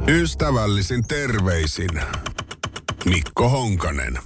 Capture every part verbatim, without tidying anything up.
Ystävällisin terveisin Mikko Honkanen.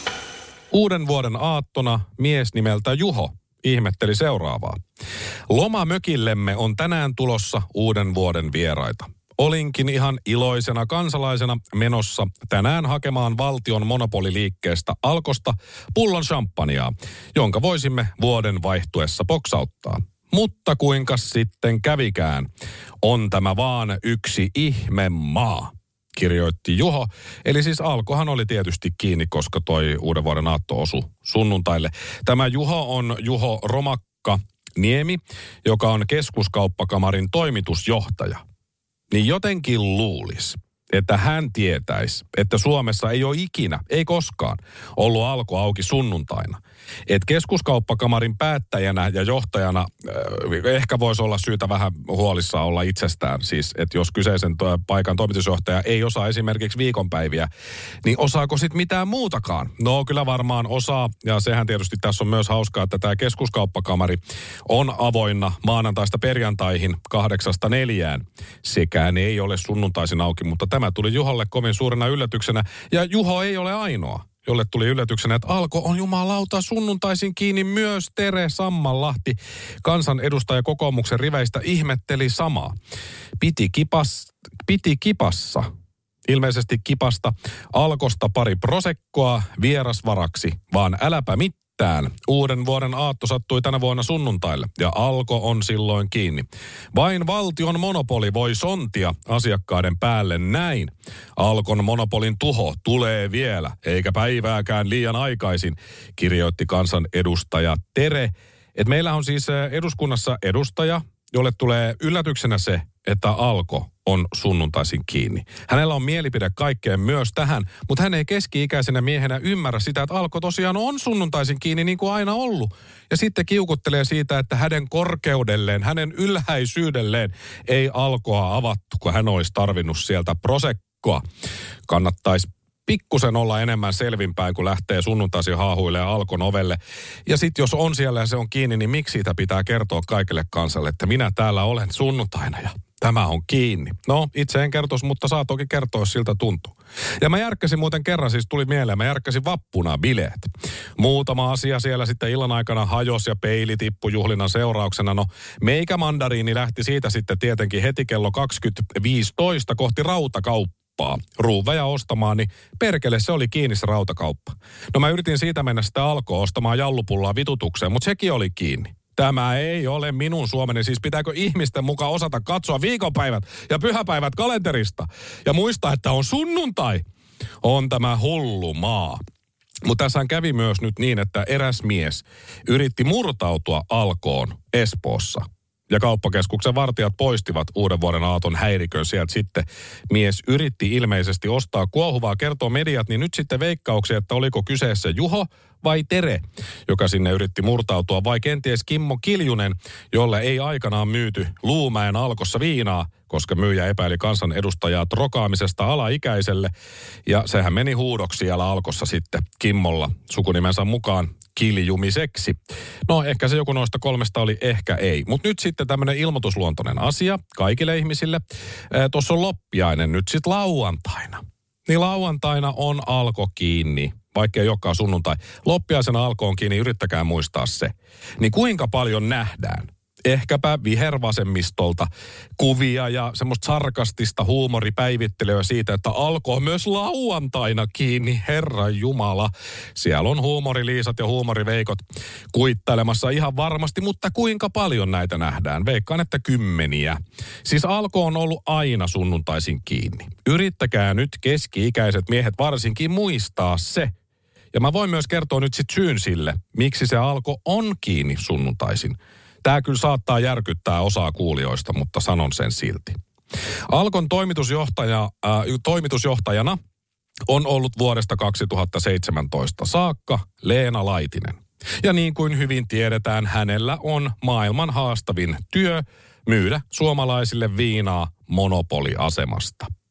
Uuden vuoden aattona mies nimeltä Juho ihmetteli seuraavaa. Lomamökillemme on tänään tulossa uuden vuoden vieraita. Olinkin ihan iloisena kansalaisena menossa tänään hakemaan valtion monopoliliikkeestä Alkosta pullon champagnea, jonka voisimme vuoden vaihtuessa poksauttaa. Mutta kuinka sitten kävikään? On tämä vaan yksi ihme maa, kirjoitti Juho. Eli siis Alkohan oli tietysti kiinni, koska toi uuden vuoden aatto osui sunnuntaille. Tämä Juho on Juho Romakka Niemi, joka on Keskuskauppakamarin toimitusjohtaja. Niin jotenkin luulisi, että hän tietäisi, että Suomessa ei ole ikinä, ei koskaan, ollut Alko auki sunnuntaina. Että Keskuskauppakamarin päättäjänä ja johtajana äh, ehkä voisi olla syytä vähän huolissaan olla itsestään. Siis, että jos kyseisen to- paikan toimitusjohtaja ei osaa esimerkiksi viikonpäiviä, niin osaako sitten mitään muutakaan? No kyllä varmaan osaa, ja sehän tietysti tässä on myös hauskaa, että tämä Keskuskauppakamari on avoinna maanantaista perjantaihin kahdeksasta neljään. Sekään ei ole sunnuntaisin auki, mutta tämä tuli Juholle kovin suurena yllätyksenä, ja Juho ei ole ainoa, jolle tuli yllätyksenä, että Alko on jumalauta sunnuntaisin kiinni. Myös Tere Sammanlahti, kansanedustaja kokoomuksen riveistä, ihmetteli samaa. Piti, kipas, piti kipassa, ilmeisesti kipasta, Alkosta pari prosekkoa vierasvaraksi, vaan äläpä mitään. Uuden vuoden aatto sattui tänä vuonna sunnuntaille ja Alko on silloin kiinni. Vain valtion monopoli voi sontia asiakkaiden päälle näin. Alkon monopolin tuho tulee vielä, eikä päivääkään liian aikaisin, kirjoitti kansanedustaja Tere. Et meillä on siis eduskunnassa edustaja, jolle tulee yllätyksenä se, että Alko on sunnuntaisin kiinni. Hänellä on mielipide kaikkeen myös tähän, mutta hän ei keski-ikäisenä miehenä ymmärrä sitä, että Alko tosiaan on sunnuntaisin kiinni niin kuin aina ollut. Ja sitten kiukuttelee siitä, että hänen korkeudelleen, hänen ylhäisyydelleen ei Alkoa avattu, kun hän olisi tarvinnut sieltä prosekkoa. Kannattaisi pikkusen olla enemmän selvinpäin, kun lähtee sunnuntaisin haahuilemaan Alkon ovelle. Ja sitten jos on siellä ja se on kiinni, niin miksi siitä pitää kertoa kaikille kansalle, että minä täällä olen sunnuntaina ja tämä on kiinni. No, itse en kertoisi, mutta saa toki kertoa, jos siltä tuntuu. Ja mä järkkäsin muuten kerran, siis tuli mieleen, mä järkkäsin vappuna bileet. Muutama asia siellä sitten illan aikana hajos ja peili tippui juhlinnan seurauksena. No, meikä mandariini lähti siitä sitten tietenkin heti kello kaksikymmentä viisitoista kohti rautakauppaa. Ruuveja ostamaan, niin perkele se oli kiinni se rautakauppa. No mä yritin siitä mennä sitä Alkoa ostamaan jallupullaa vitutukseen, mutta sekin oli kiinni. Tämä ei ole minun Suomeni, siis pitääkö ihmisten mukaan osata katsoa viikonpäivät ja pyhäpäivät kalenterista ja muistaa, että on sunnuntai. On tämä hullu maa. Mutta tässä kävi myös nyt niin, että eräs mies yritti murtautua Alkoon Espoossa. Ja kauppakeskuksen vartijat poistivat uuden vuoden aaton häirikön sieltä sitten. Mies yritti ilmeisesti ostaa kuohuvaa, kertoo mediat, niin nyt sitten veikkauksia, että oliko kyseessä Juho vai Tere, joka sinne yritti murtautua, vai kenties Kimmo Kiljunen, jolle ei aikanaan myyty Luumäen Alkossa viinaa, koska myyjä epäili kansanedustajaa trokaamisesta alaikäiselle. Ja sehän meni huudoksi siellä Alkossa sitten Kimmolla sukunimensä mukaan kiljumiseksi. No ehkä se joku noista kolmesta oli, ehkä ei. Mutta nyt sitten tämmöinen ilmoitusluontoinen asia kaikille ihmisille. Tuossa on loppiainen nyt sitten lauantaina. Niin lauantaina on Alko kiinni, vaikka ei olekaan sunnuntai. Loppiaisena Alko on kiinni, yrittäkää muistaa se. Niin kuinka paljon nähdään? Ehkäpä vihervasemmistolta kuvia ja semmoista sarkastista huumoripäivittelyä siitä, että Alko on myös lauantaina kiinni, Herra Jumala. Siellä on huumoriliisat ja huumoriveikot kuittailemassa ihan varmasti, mutta kuinka paljon näitä nähdään? Veikkaan, että kymmeniä. Siis Alko on ollut aina sunnuntaisin kiinni. Yrittäkää nyt keski-ikäiset miehet varsinkin muistaa se. Ja mä voin myös kertoa nyt sit syyn sille, miksi se Alko on kiinni sunnuntaisin. Tämä kyllä saattaa järkyttää osaa kuulijoista, mutta sanon sen silti. Alkon toimitusjohtaja, äh, toimitusjohtajana on ollut vuodesta kaksituhattaseitsemäntoista saakka Leena Laitinen. Ja niin kuin hyvin tiedetään, hänellä on maailman haastavin työ myydä suomalaisille viinaa monopoliasemasta.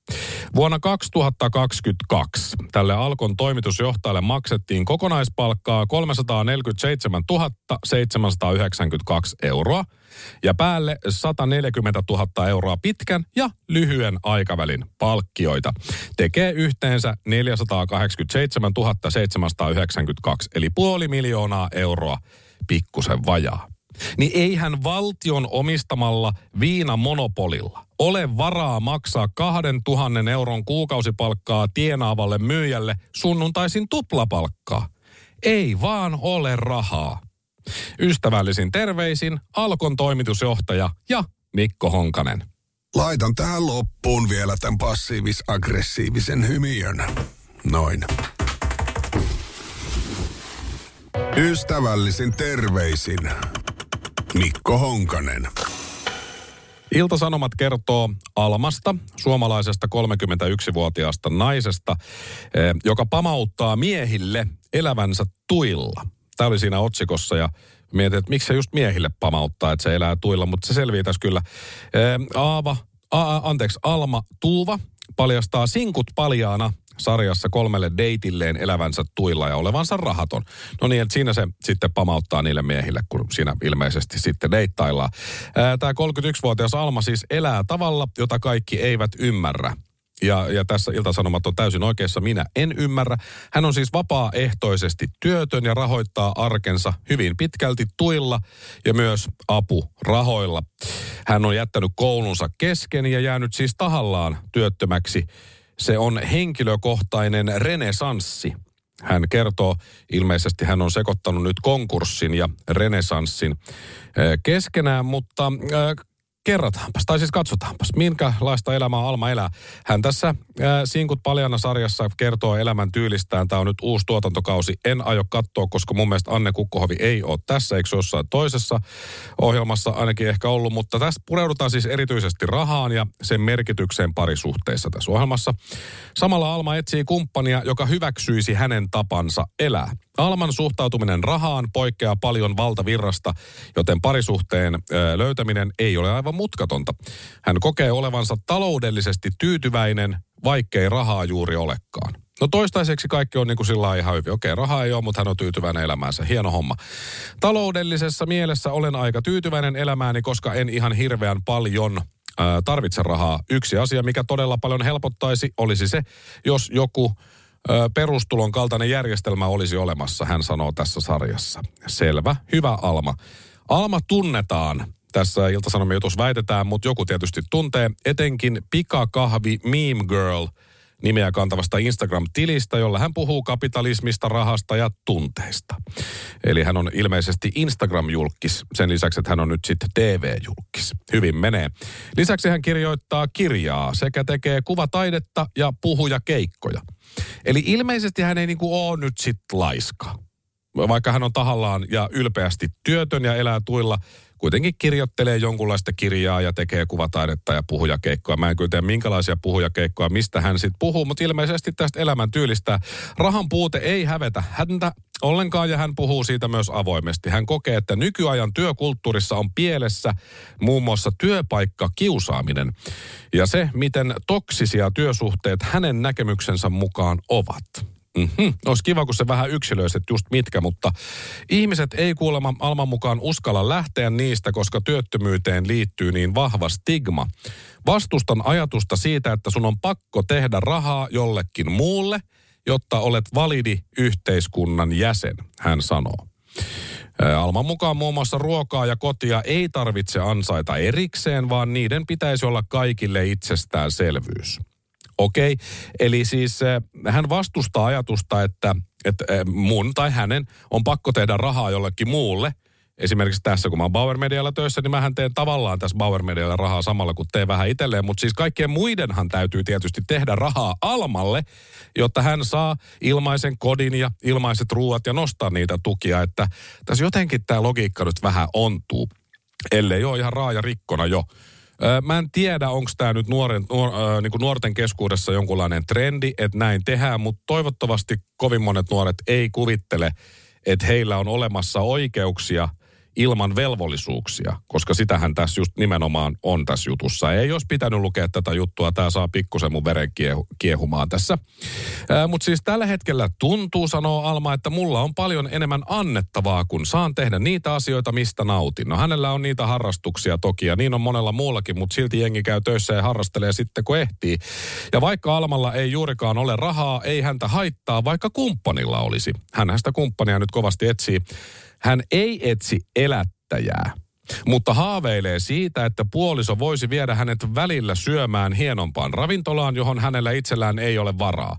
Vuonna kaksituhattakaksikymmentäkaksi tälle Alkon toimitusjohtajalle maksettiin kokonaispalkkaa kolmesataaneljäkymmentäseitsemäntuhatta seitsemänsataayhdeksänkymmentäkaksi euroa ja päälle sataneljäkymmentätuhatta euroa pitkän ja lyhyen aikavälin palkkioita. Tekee yhteensä neljäsataakahdeksankymmentäseitsemäntuhatta seitsemänsataayhdeksänkymmentäkaksi eli puoli miljoonaa euroa pikkusen vajaa. Niin eihän valtion omistamalla viinamonopolilla ole varaa maksaa kahden tuhannen euron kuukausipalkkaa tienaavalle myyjälle sunnuntaisin tuplapalkkaa. Ei vaan ole rahaa. Ystävällisin terveisin Alkon toimitusjohtaja ja Mikko Honkanen. Laitan tähän loppuun vielä tämän passiivis-aggressiivisen hymiön. Noin. Ystävällisin terveisin Mikko Honkanen. Ilta-Sanomat kertoo Almasta, suomalaisesta kolmekymmentäyksivuotiaasta naisesta, joka pamauttaa miehille elävänsä tuilla. Tämä oli siinä otsikossa ja mietin, että miksi se just miehille pamauttaa, että se elää tuilla, mutta se selvii tässä kyllä. Aava, a, anteeksi, Alma Tuuva paljastaa sinkut paljaana sarjassa kolmelle deitilleen elävänsä tuilla ja olevansa rahaton. No niin, että siinä se sitten pamauttaa niille miehille, kun siinä ilmeisesti sitten deittaillaan. Tämä kolmekymmentäyksivuotias Alma siis elää tavalla, jota kaikki eivät ymmärrä. Ja, ja tässä Ilta-Sanomat on täysin oikeassa, minä en ymmärrä. Hän on siis vapaaehtoisesti työtön ja rahoittaa arkensa hyvin pitkälti tuilla ja myös apurahoilla. Hän on jättänyt koulunsa kesken ja jäänyt siis tahallaan työttömäksi. Se on henkilökohtainen renesanssi. Hän kertoo, ilmeisesti hän on sekoittanut nyt konkurssin ja renesanssin keskenään, mutta kerrataanpas, tai siis katsotaanpas, minkälaista elämää Alma elää. Hän tässä ää, Sinkut paljana sarjassa kertoo elämän tyylistään. Tämä on nyt uusi tuotantokausi. En aio katsoa, koska mun mielestä Anne Kukkohovi ei ole tässä, eikö se jossain toisessa ohjelmassa ainakin ehkä ollut. Mutta tässä pureudutaan siis erityisesti rahaan ja sen merkitykseen parisuhteissa tässä ohjelmassa. Samalla Alma etsii kumppania, joka hyväksyisi hänen tapansa elää. Alman suhtautuminen rahaan poikkeaa paljon valtavirrasta, joten parisuhteen ö, löytäminen ei ole aivan mutkatonta. Hän kokee olevansa taloudellisesti tyytyväinen, vaikkei rahaa juuri olekaan. No toistaiseksi kaikki on niin kuin sillä ihan hyvin. Okei, rahaa ei ole, mutta hän on tyytyväinen elämäänsä. Hieno homma. Taloudellisessa mielessä olen aika tyytyväinen elämääni, koska en ihan hirveän paljon ää, tarvitse rahaa. Yksi asia, mikä todella paljon helpottaisi, olisi se, jos joku perustulon kaltainen järjestelmä olisi olemassa, hän sanoo tässä sarjassa. Selvä, hyvä Alma. Alma tunnetaan, tässä Ilta-Sanomien jutussa väitetään, mutta joku tietysti tuntee, etenkin pikakahvi Meme Girl nimeä kantavasta Instagram-tilistä, jolla hän puhuu kapitalismista, rahasta ja tunteista. Eli hän on ilmeisesti Instagram-julkkis, sen lisäksi, että hän on nyt sitten T V-julkkis. Hyvin menee. Lisäksi hän kirjoittaa kirjaa sekä tekee kuvataidetta ja puhujakeikkoja. Eli ilmeisesti hän ei niinku ole nyt sit laiska. Vaikka hän on tahallaan ja ylpeästi työtön ja elää tuilla, kuitenkin kirjoittelee jonkunlaista kirjaa ja tekee kuvataidetta ja puhujakeikkoja. Mä en kyllä tiedä minkälaisia puhujakeikkoja, mistä hän sitten puhuu, mutta ilmeisesti tästä elämäntyylistä rahan puute ei hävetä häntä ollenkaan ja hän puhuu siitä myös avoimesti. Hän kokee, että nykyajan työkulttuurissa on pielessä muun muassa työpaikkakiusaaminen ja se, miten toksisia työsuhteet hänen näkemyksensä mukaan ovat. Mm-hmm. Olisi kiva, kun se vähän yksilöiset just mitkä, mutta ihmiset ei kuulemma Alman mukaan uskalla lähteä niistä, koska työttömyyteen liittyy niin vahva stigma. Vastustan ajatusta siitä, että sun on pakko tehdä rahaa jollekin muulle, jotta olet validi yhteiskunnan jäsen, hän sanoo. Alman mukaan muun muassa ruokaa ja kotia ei tarvitse ansaita erikseen, vaan niiden pitäisi olla kaikille itsestäänselvyys. Okei, okay. Eli siis äh, hän vastustaa ajatusta, että, että äh, mun tai hänen on pakko tehdä rahaa jollekin muulle. Esimerkiksi tässä, kun mä oon Bauer Medialla töissä, niin mähän teen tavallaan tässä Bauer Medialla rahaa samalla, kun teen vähän itselleen. Mutta siis kaikkien muidenhan täytyy tietysti tehdä rahaa Almalle, jotta hän saa ilmaisen kodin ja ilmaiset ruuat ja nostaa niitä tukia. Että tässä jotenkin tämä logiikka nyt vähän ontuu, ellei ole ihan raaja rikkona jo. Mä en tiedä, onko tämä nyt nuoren, nuor, äh, niin kuin nuorten keskuudessa jonkunlainen trendi, että näin tehdään, mutta toivottavasti kovin monet nuoret ei kuvittele, että heillä on olemassa oikeuksia ilman velvollisuuksia, koska sitähän tässä just nimenomaan on tässä jutussa. Ei olisi pitänyt lukea tätä juttua, tämä saa pikkusen mun veren kiehu, kiehumaan tässä. Mutta siis tällä hetkellä tuntuu, sanoo Alma, että mulla on paljon enemmän annettavaa, kun saan tehdä niitä asioita, mistä nautin. No hänellä on niitä harrastuksia toki, ja niin on monella muullakin, mutta silti jengi käy töissä ja harrastelee sitten, kun ehtii. Ja vaikka Almalla ei juurikaan ole rahaa, ei häntä haittaa, vaikka kumppanilla olisi. Hän sitä kumppania nyt kovasti etsii. Hän ei etsi elättäjää, mutta haaveilee siitä, että puoliso voisi viedä hänet välillä syömään hienompaan ravintolaan, johon hänellä itsellään ei ole varaa.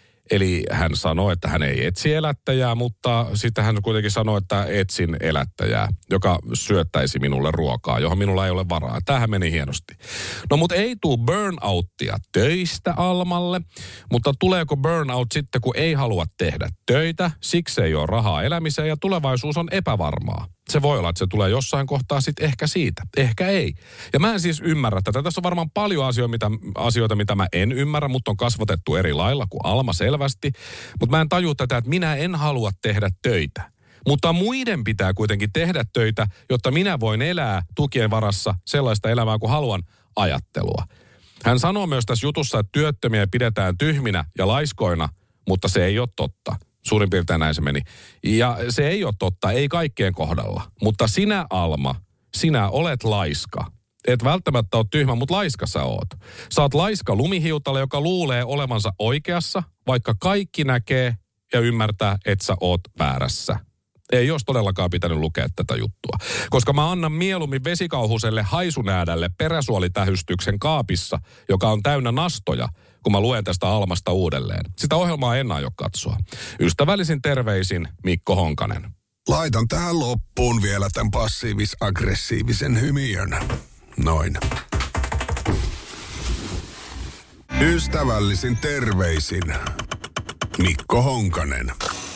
Eli hän sanoo, että hän ei etsi elättäjää, mutta sitten hän kuitenkin sanoo, että etsin elättäjää, joka syöttäisi minulle ruokaa, johon minulla ei ole varaa. Tämähän meni hienosti. No mutta ei tule burnouttia töistä Almalle, mutta tuleeko burnout sitten, kun ei halua tehdä töitä, siksi ei ole rahaa elämiseen ja tulevaisuus on epävarmaa. Se voi olla, että se tulee jossain kohtaa sitten ehkä siitä, ehkä ei. Ja mä en siis ymmärrä tätä. Tässä on varmaan paljon asioita mitä, asioita, mitä mä en ymmärrä, mutta on kasvatettu eri lailla kuin Alma selvästi. Mutta mä en taju tätä, että minä en halua tehdä töitä. Mutta muiden pitää kuitenkin tehdä töitä, jotta minä voin elää tukien varassa sellaista elämää kuin haluan ajattelua. Hän sanoo myös tässä jutussa, että työttömiä pidetään tyhminä ja laiskoina, mutta se ei ole totta. Suurin piirtein näin se meni. Ja se ei ole totta, ei kaikkien kohdalla. Mutta sinä, Alma, sinä olet laiska. Et välttämättä ole tyhmä, mutta laiska sä oot. Sä oot laiska lumihiutale, joka luulee olevansa oikeassa, vaikka kaikki näkee ja ymmärtää, että sä oot väärässä. Ei olisi todellakaan pitänyt lukea tätä juttua. Koska mä annan mieluummin vesikauhuselle haisunäädälle peräsuolitähystyksen kaapissa, joka on täynnä nastoja, kun mä luen tästä Almasta uudelleen. Sitä ohjelmaa en aio katsoa. Ystävällisin terveisin Mikko Honkanen. Laitan tähän loppuun vielä tämän passiivis-aggressiivisen hymiön. Noin. Ystävällisin terveisin Mikko Honkanen.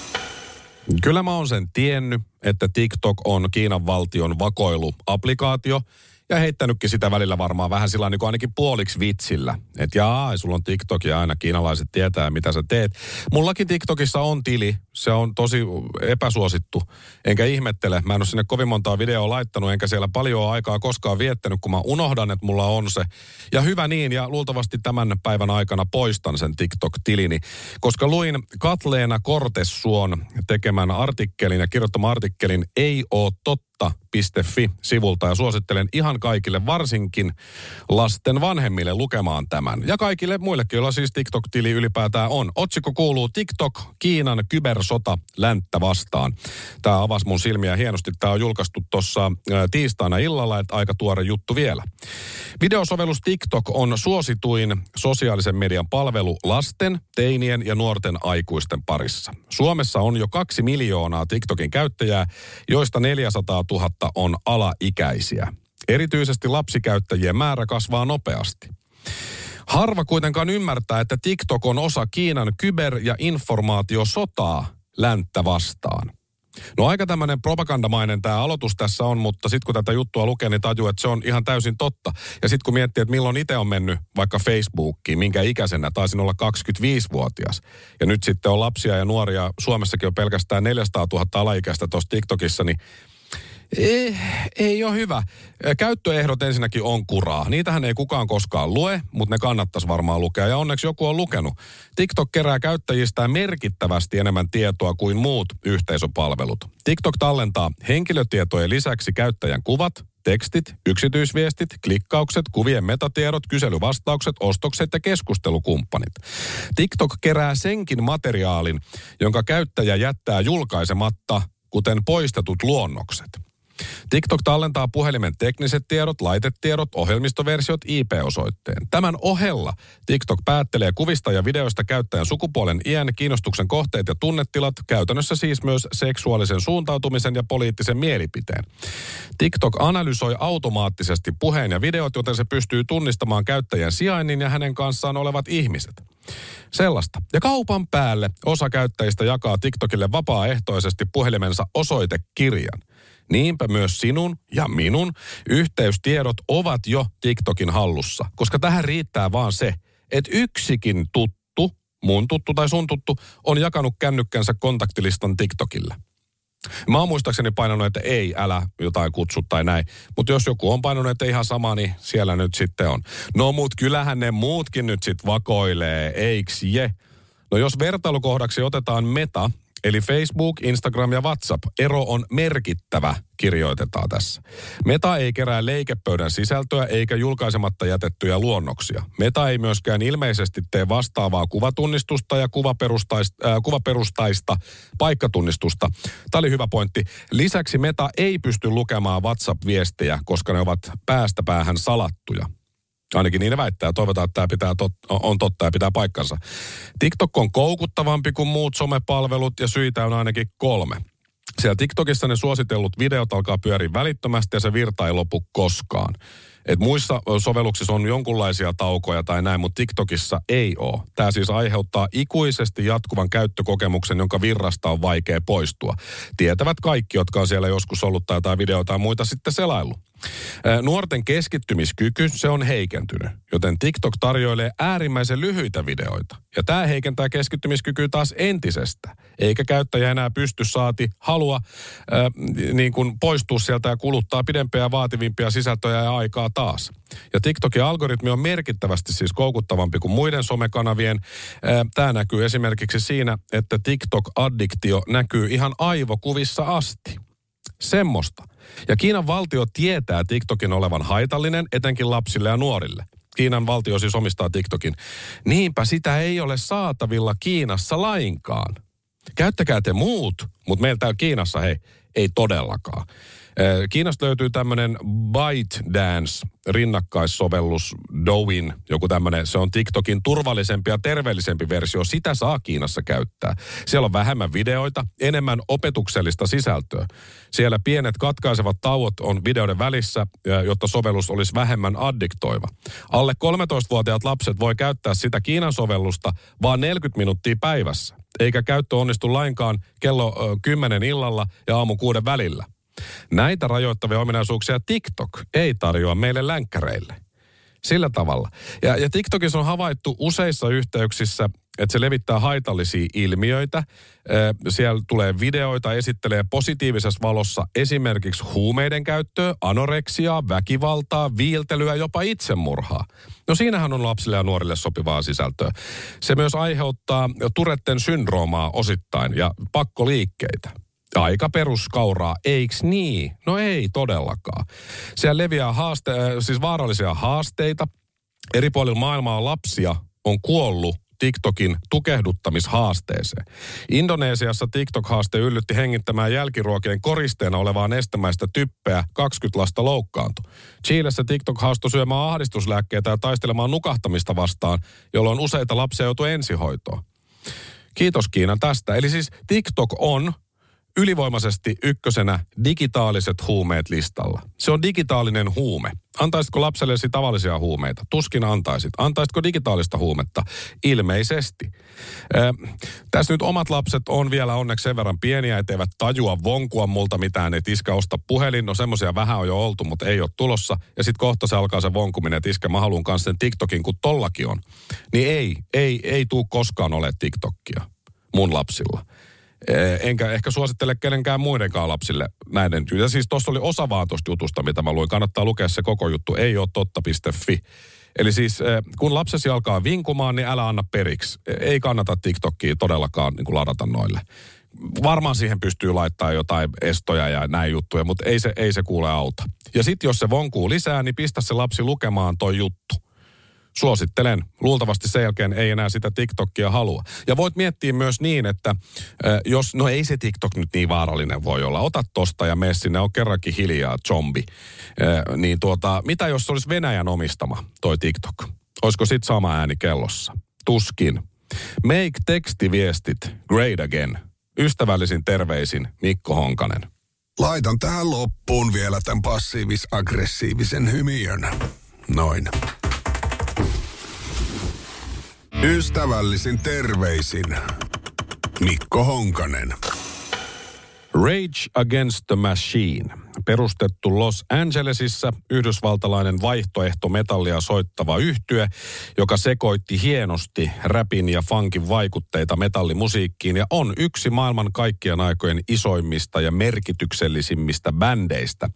Kyllä mä oon sen tiennyt, että TikTok on Kiinan valtion vakoiluapplikaatio ja heittänytkin sitä välillä varmaan vähän sillä niin kuin ainakin puoliksi vitsillä. Että jaa, sulla on TikTok ja aina kiinalaiset tietää, mitä sä teet. Mullakin TikTokissa on tili. Se on tosi epäsuosittu. Enkä ihmettele. Mä en ole sinne kovin montaa videoa laittanut, enkä siellä paljon aikaa koskaan viettänyt, kun mä unohdan, että mulla on se. Ja hyvä niin, ja luultavasti tämän päivän aikana poistan sen TikTok-tilini. Koska luin Katleena Kortessuon tekemän artikkelin ja kirjoittaman artikkelin Ei oo totta piste fi-sivulta ja suosittelen ihan kaikille, varsinkin lasten vanhemmille lukemaan tämän. Ja kaikille muillekin, joilla siis TikTok-tili ylipäätään on. Otsikko kuuluu TikTok, Kiinan kybersota länttä vastaan. Tämä avasi mun silmiä hienosti. Tämä on julkaistu tuossa tiistaina illalla, että aika tuore juttu vielä. Videosovellus TikTok on suosituin sosiaalisen median palvelu lasten, teinien ja nuorten aikuisten parissa. Suomessa on jo kaksi miljoonaa TikTokin käyttäjää, joista neljäsataatuhatta on alaikäisiä. Erityisesti lapsikäyttäjien määrä kasvaa nopeasti. Harva kuitenkaan ymmärtää, että TikTok on osa Kiinan kyber- ja informaatiosotaa länttä vastaan. No aika tämmöinen propagandamainen tämä aloitus tässä on, mutta sitten kun tätä juttua lukee, niin tajuu, että se on ihan täysin totta. Ja sitten kun miettii, että milloin itse on mennyt vaikka Facebookiin, minkä ikäisenä, taisin olla kaksikymmentäviisivuotias. Ja nyt sitten on lapsia ja nuoria, Suomessakin on pelkästään neljäsataatuhatta alaikäistä tuossa TikTokissa, niin Ei, ei ole hyvä. Käyttöehdot ensinnäkin on kuraa. Niitähän ei kukaan koskaan lue, mutta ne kannattaisi varmaan lukea. Ja onneksi joku on lukenut. TikTok kerää käyttäjistään merkittävästi enemmän tietoa kuin muut yhteisöpalvelut. TikTok tallentaa henkilötietojen lisäksi käyttäjän kuvat, tekstit, yksityisviestit, klikkaukset, kuvien metatiedot, kyselyvastaukset, ostokset ja keskustelukumppanit. TikTok kerää senkin materiaalin, jonka käyttäjä jättää julkaisematta, kuten poistetut luonnokset. TikTok tallentaa puhelimen tekniset tiedot, laitetiedot, ohjelmistoversiot, I P-osoitteen. Tämän ohella TikTok päättelee kuvista ja videoista käyttäjän sukupuolen, iän, kiinnostuksen kohteet ja tunnetilat, käytännössä siis myös seksuaalisen suuntautumisen ja poliittisen mielipiteen. TikTok analysoi automaattisesti puheen ja videot, joten se pystyy tunnistamaan käyttäjän sijainnin ja hänen kanssaan olevat ihmiset. Sellaista. Ja kaupan päälle osa käyttäjistä jakaa TikTokille vapaaehtoisesti puhelimensa osoitekirjan. Niinpä myös sinun ja minun yhteystiedot ovat jo TikTokin hallussa, koska tähän riittää vaan se, että yksikin tuttu, mun tuttu tai sun tuttu, on jakanut kännykkänsä kontaktilistan TikTokille. Mä oon muistaakseni painanut, että ei, älä jotain kutsu tai näin. Mutta jos joku on painanut, että ihan sama, niin siellä nyt sitten on. No mut kyllähän ne muutkin nyt sit vakoilee, eiks je? No jos vertailukohdaksi otetaan Meta, eli Facebook, Instagram ja WhatsApp, ero on merkittävä, kirjoitetaan tässä. Meta ei kerää leikepöydän sisältöä eikä julkaisematta jätettyjä luonnoksia. Meta ei myöskään ilmeisesti tee vastaavaa kuvatunnistusta ja kuvaperustaista, äh, kuvaperustaista paikkatunnistusta. Tämä oli hyvä pointti. Lisäksi Meta ei pysty lukemaan WhatsApp-viestejä, koska ne ovat päästä päähän salattuja. Ainakin niin ne väittää. Toivotaan, että tämä pitää tot, on totta ja pitää paikkansa. TikTok on koukuttavampi kuin muut somepalvelut ja syitä on ainakin kolme. Siellä TikTokissa ne suositellut videot alkaa pyöriä välittömästi ja se virta ei lopu koskaan. Et muissa sovelluksissa on jonkunlaisia taukoja tai näin, mutta TikTokissa ei ole. Tämä siis aiheuttaa ikuisesti jatkuvan käyttökokemuksen, jonka virrasta on vaikea poistua. Tietävät kaikki, jotka on siellä joskus ollut tai jotain videoita tai muita sitten selaillut. Nuorten keskittymiskyky, se on heikentynyt, joten TikTok tarjoilee äärimmäisen lyhyitä videoita. Ja tämä heikentää keskittymiskykyä taas entisestä. Eikä käyttäjä enää pysty saati halua äh, niin kuin poistua sieltä ja kuluttaa pidempiä ja vaativimpia sisältöjä ja aikaa taas. Ja TikTokin algoritmi on merkittävästi siis koukuttavampi kuin muiden somekanavien. Tämä näkyy esimerkiksi siinä, että TikTok-addiktio näkyy ihan aivokuvissa asti. Semmosta. Ja Kiinan valtio tietää TikTokin olevan haitallinen, etenkin lapsille ja nuorille. Kiinan valtio siis omistaa TikTokin. Niinpä sitä ei ole saatavilla Kiinassa lainkaan. Käyttäkää te muut, mutta meillä täällä Kiinassa hei, ei todellakaan. Kiinasta löytyy tämmöinen ByteDance rinnakkaissovellus, Douyin, joku tämmöinen, se on TikTokin turvallisempi ja terveellisempi versio. Sitä saa Kiinassa käyttää. Siellä on vähemmän videoita, enemmän opetuksellista sisältöä. Siellä pienet katkaisevat tauot on videoiden välissä, jotta sovellus olisi vähemmän addiktoiva. Alle kolmetoistavuotiaat lapset voi käyttää sitä Kiinan sovellusta vaan neljäkymmentä minuuttia päivässä. Eikä käyttö onnistu lainkaan kello kymmenen illalla ja aamu kuuden välillä. Näitä rajoittavia ominaisuuksia TikTok ei tarjoa meille länkkäreille. Sillä tavalla. Ja, ja TikTokissa on havaittu useissa yhteyksissä, että se levittää haitallisia ilmiöitä. Siellä tulee videoita, esittelee positiivisessa valossa esimerkiksi huumeiden käyttöä, anoreksiaa, väkivaltaa, viiltelyä, jopa itsemurhaa. No siinähän on lapsille ja nuorille sopivaa sisältöä. Se myös aiheuttaa Touretten syndroomaa osittain ja pakkoliikkeitä. Aika peruskauraa, eiks niin? No ei todellakaan. Siellä leviää haaste, siis vaarallisia haasteita. Eri puolilla maailmaa lapsia on kuollut TikTokin tukehduttamishaasteeseen. Indonesiassa TikTok-haaste yllytti hengittämään jälkiruokien koristeena olevaa nestemäistä typpeä, kaksikymmentä lasta loukkaantui. Chilessä TikTok haastoi syömään ahdistuslääkkeitä ja taistelemaan nukahtamista vastaan, jolloin useita lapsia joutui ensihoitoon. Kiitos Kiina tästä. Eli siis TikTok on ylivoimaisesti ykkösenä digitaaliset huumeet listalla. Se on digitaalinen huume. Antaisitko lapsellesi tavallisia huumeita? Tuskin antaisit. Antaisitko digitaalista huumetta? Ilmeisesti. Äh, tässä nyt omat lapset on vielä onneksi sen verran pieniä, etteivät tajua vonkua multa mitään, että iskä osta puhelin. No semmoisia vähän on jo oltu, mutta ei ole tulossa. Ja sitten kohta se alkaa se vonkuminen, että iskä mä haluun kanssa sen TikTokin, kun tollakin on. Niin ei, ei, ei tuu koskaan ole TikTokia mun lapsilla. Enkä ehkä suosittele kenenkään muidenkaan lapsille näiden. Ja siis tuossa oli osa vaan tuosta jutusta, mitä mä luin. Kannattaa lukea se koko juttu. Ei ole totta piste fi. Eli siis kun lapsesi alkaa vinkumaan, niin älä anna periksi. Ei kannata TikTokia todellakaan niin kuin ladata noille. Varmaan siihen pystyy laittamaan jotain estoja ja näin juttuja, mutta ei se, ei se kuule auta. Ja sitten jos se vonkuu lisää, niin pistä se lapsi lukemaan toi juttu. Suosittelen. Luultavasti sen jälkeen ei enää sitä TikTokia halua. Ja voit miettiä myös niin, että äh, jos, no ei se TikTok nyt niin vaarallinen voi olla. Ota tosta ja mene sinne, on kerrankin hiljaa, zombi. Äh, niin tuota, mitä jos se olisi Venäjän omistama, toi TikTok? Olisiko sit sama ääni kellossa? Tuskin. Make tekstiviestit great again. Ystävällisin terveisin Mikko Honkanen. Laitan tähän loppuun vielä tämän passiivis-aggressiivisen hymiön. Noin. Ystävällisin terveisin Mikko Honkanen. Rage Against the Machine, perustettu Los Angelesissa, yhdysvaltalainen vaihtoehtometallia soittava yhtye, joka sekoitti hienosti räpin ja funkin vaikutteita metallimusiikkiin ja on yksi maailman kaikkien aikojen isoimmista ja merkityksellisimmistä bändeistä.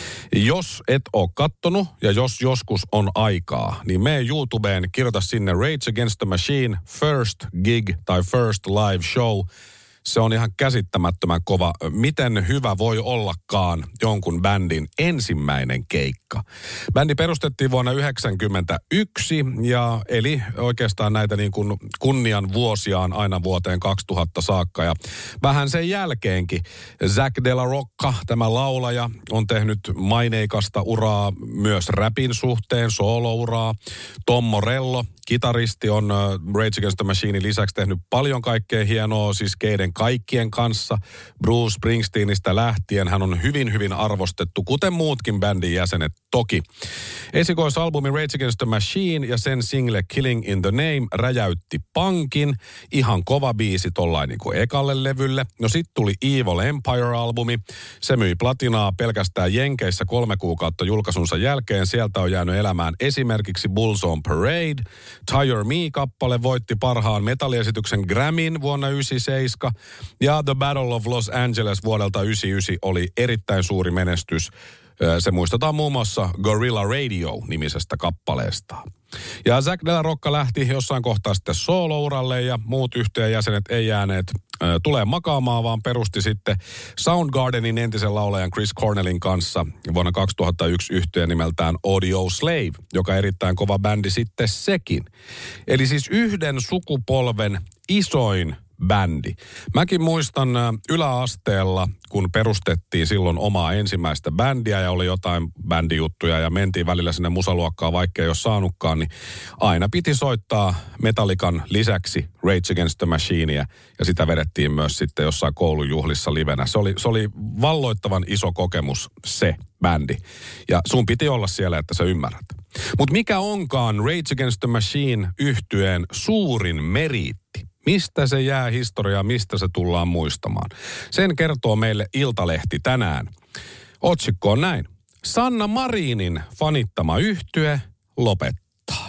Jos et ole kattonut ja jos joskus on aikaa, niin mene YouTubeen, kirjoita sinne Rage Against the Machine First Gig tai First Live Show. Se on ihan käsittämättömän kova. Miten hyvä voi ollakaan jonkun bändin ensimmäinen keikka? Bändi perustettiin vuonna yhdeksänkymmentäyksi ja eli oikeastaan näitä niin kuin kunnian vuosiaan aina vuoteen kaksituhatta saakka. Ja vähän sen jälkeenkin Zack de la Rocca, tämä laulaja, on tehnyt maineikasta uraa myös räpin suhteen, soolouraa. Tom Morello, kitaristi, on Rage Against the Machinein lisäksi tehnyt paljon kaikkea hienoa, siis keiden kaikkien kanssa. Bruce Springsteenistä lähtien hän on hyvin, hyvin arvostettu, kuten muutkin bändin jäsenet toki. Esikoisalbumi Rage Against the Machine ja sen single Killing in the Name räjäytti pankin. Ihan kova biisi tollain niin kuin ekalle levylle. No sit tuli Evil Empire-albumi. Se myi platinaa pelkästään Jenkeissä kolme kuukautta julkaisunsa jälkeen. Sieltä on jäänyt elämään esimerkiksi Bulls on Parade. Tire Me-kappale voitti parhaan metalliesityksen Grammyn vuonna yhdeksänkymmentäseitsemän. Ja The Battle of Los Angeles vuodelta yhdeksänkymmentäyhdeksän oli erittäin suuri menestys. Se muistetaan muun muassa Gorilla Radio-nimisestä kappaleesta. Ja Zack de la Rocca lähti jossain kohtaa sitten soolouralle ja muut yhtyeen jäsenet ei jääneet äh, tulee makaamaan, vaan perusti sitten Soundgardenin entisen laulajan Chris Cornellin kanssa vuonna kaksituhattayksi yhtyeen nimeltään Audio Slave, joka erittäin kova bändi sitten sekin. Eli siis yhden sukupolven isoin bändi. Mäkin muistan yläasteella, kun perustettiin silloin omaa ensimmäistä bändiä ja oli jotain bändijuttuja ja mentiin välillä sinne musaluokkaan, vaikka ei ole saanutkaan, niin aina piti soittaa Metallican lisäksi Rage Against the Machinea ja sitä vedettiin myös sitten jossain koulujuhlissa livenä. Se oli, se oli valloittavan iso kokemus se bändi ja sun piti olla siellä, että sä ymmärrät. Mutta mikä onkaan Rage Against the Machine -yhtyeen suurin meriitti? Mistä se jää historiaa, mistä se tullaan muistamaan? Sen kertoo meille Iltalehti tänään. Otsikko on näin. Sanna Marinin fanittama yhtye lopettaa.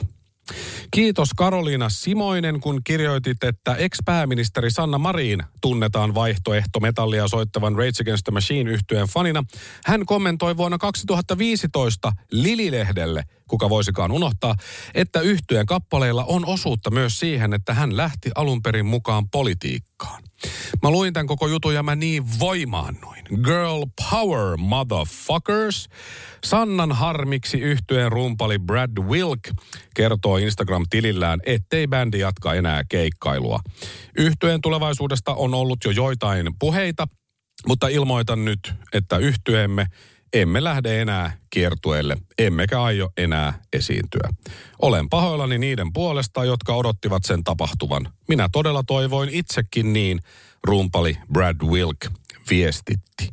Kiitos Karoliina Simoinen, kun kirjoitit, että ex-pääministeri Sanna Marin tunnetaan vaihtoehtometallia soittavan Rage Against the Machine -yhtyeen fanina. Hän kommentoi vuonna kaksituhattaviisitoista Lili-lehdelle, kuka voisikaan unohtaa, että yhtyeen kappaleilla on osuutta myös siihen, että hän lähti alun perin mukaan politiikkaan. Mä luin tämän koko jutun ja mä niin voimaannuin. Girl power, motherfuckers. Sannan harmiksi yhtyeen rumpali Brad Wilk kertoo Instagram-tilillään, ettei bändi jatka enää keikkailua. Yhtyeen tulevaisuudesta on ollut jo joitain puheita, mutta ilmoitan nyt, että yhtyeemme emme lähde enää kiertueelle, emmekä aio enää esiintyä. Olen pahoillani niiden puolesta, jotka odottivat sen tapahtuvan. Minä todella toivoin itsekin niin, rumpali Brad Wilk viestitti.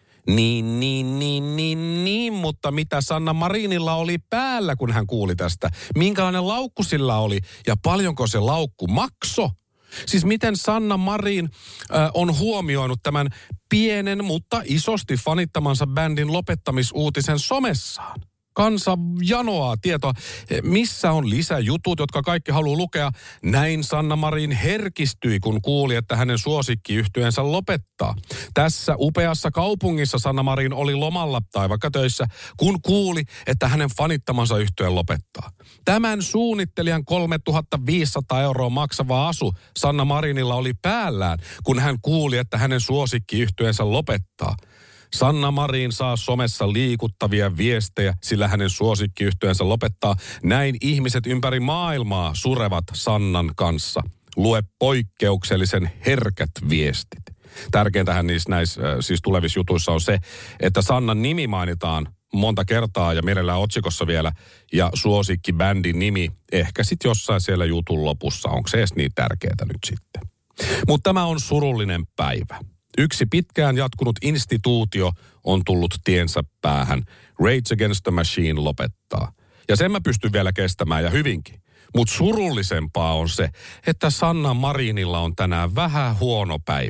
Niin, niin, niin, niin, niin, mutta mitä Sanna Marinilla oli päällä, kun hän kuuli tästä? Minkälainen laukku sillä oli ja paljonko se laukku maksoi? Siis miten Sanna Marin äh, on huomioinut tämän pienen, mutta isosti fanittamansa bändin lopettamisuutisen somessaan? Kansa janoaa tietoa, missä on lisäjutut, jotka kaikki haluaa lukea. Näin Sanna Marin herkistyi, kun kuuli, että hänen suosikkiyhtyeensä lopettaa. Tässä upeassa kaupungissa Sanna Marin oli lomalla tai vaikka töissä, kun kuuli, että hänen fanittamansa yhtyeen lopettaa. Tämän suunnittelijan kolmetuhattaviisisataa euroa maksava asu Sanna Marinilla oli päällään, kun hän kuuli, että hänen suosikkiyhtyeensä lopettaa. Sanna Marin saa somessa liikuttavia viestejä, sillä hänen suosikkiyhtyeensä lopettaa. Näin ihmiset ympäri maailmaa surevat Sannan kanssa. Lue poikkeuksellisen herkät viestit. Tärkeintähän niissä näissä siis tulevissa jutuissa on se, että Sannan nimi mainitaan monta kertaa ja mielellään otsikossa vielä. Ja suosikkibändin nimi ehkä sitten jossain siellä jutun lopussa. Onko se edes niin tärkeää nyt sitten? Mutta tämä on surullinen päivä. Yksi pitkään jatkunut instituutio on tullut tiensä päähän. Rage Against the Machine lopettaa. Ja sen mä pystyn vielä kestämään ja hyvinkin. Mutta surullisempaa on se, että Sanna Marinilla on tänään vähän huono päivä.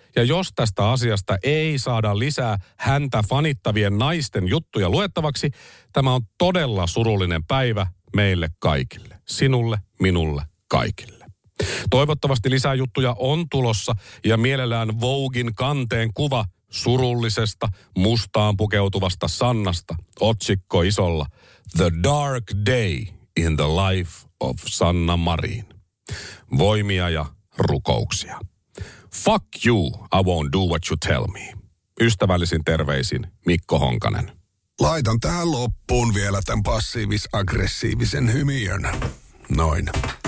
Ja jos tästä asiasta ei saada lisää häntä fanittavien naisten juttuja luettavaksi, tämä on todella surullinen päivä meille kaikille. Sinulle, minulle, kaikille. Toivottavasti lisää juttuja on tulossa ja mielellään Voguein kanteen kuva surullisesta, mustaan pukeutuvasta Sannasta. Otsikko isolla: The Dark Day in the Life of Sanna Marin. Voimia ja rukouksia. Fuck you, I won't do what you tell me. Ystävällisin terveisin Mikko Honkanen. Laitan tähän loppuun vielä tämän passiivis-aggressiivisen hymiön. Noin.